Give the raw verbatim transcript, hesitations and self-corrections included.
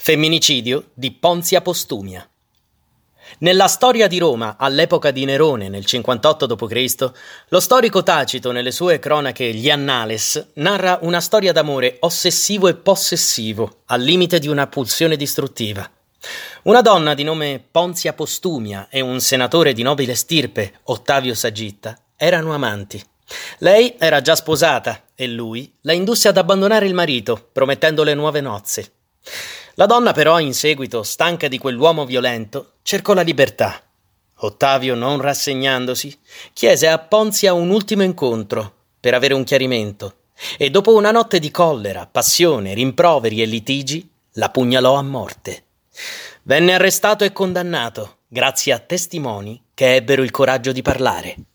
Femminicidio di Ponzia Postumia. Nella storia di Roma, all'epoca di Nerone, nel cinquantotto dopo Cristo, lo storico Tacito, nelle sue cronache Gli Annales, narra una storia d'amore ossessivo e possessivo, al limite di una pulsione distruttiva. Una donna di nome Ponzia Postumia e un senatore di nobile stirpe, Ottavio Sagitta, erano amanti. Lei era già sposata e lui la indusse ad abbandonare il marito, promettendole nuove nozze. La donna però, in seguito, stanca di quell'uomo violento, cercò la libertà. Ottavio, non rassegnandosi, chiese a Ponzia un ultimo incontro per avere un chiarimento e dopo una notte di collera, passione, rimproveri e litigi, la pugnalò a morte. Venne arrestato e condannato, grazie a testimoni che ebbero il coraggio di parlare.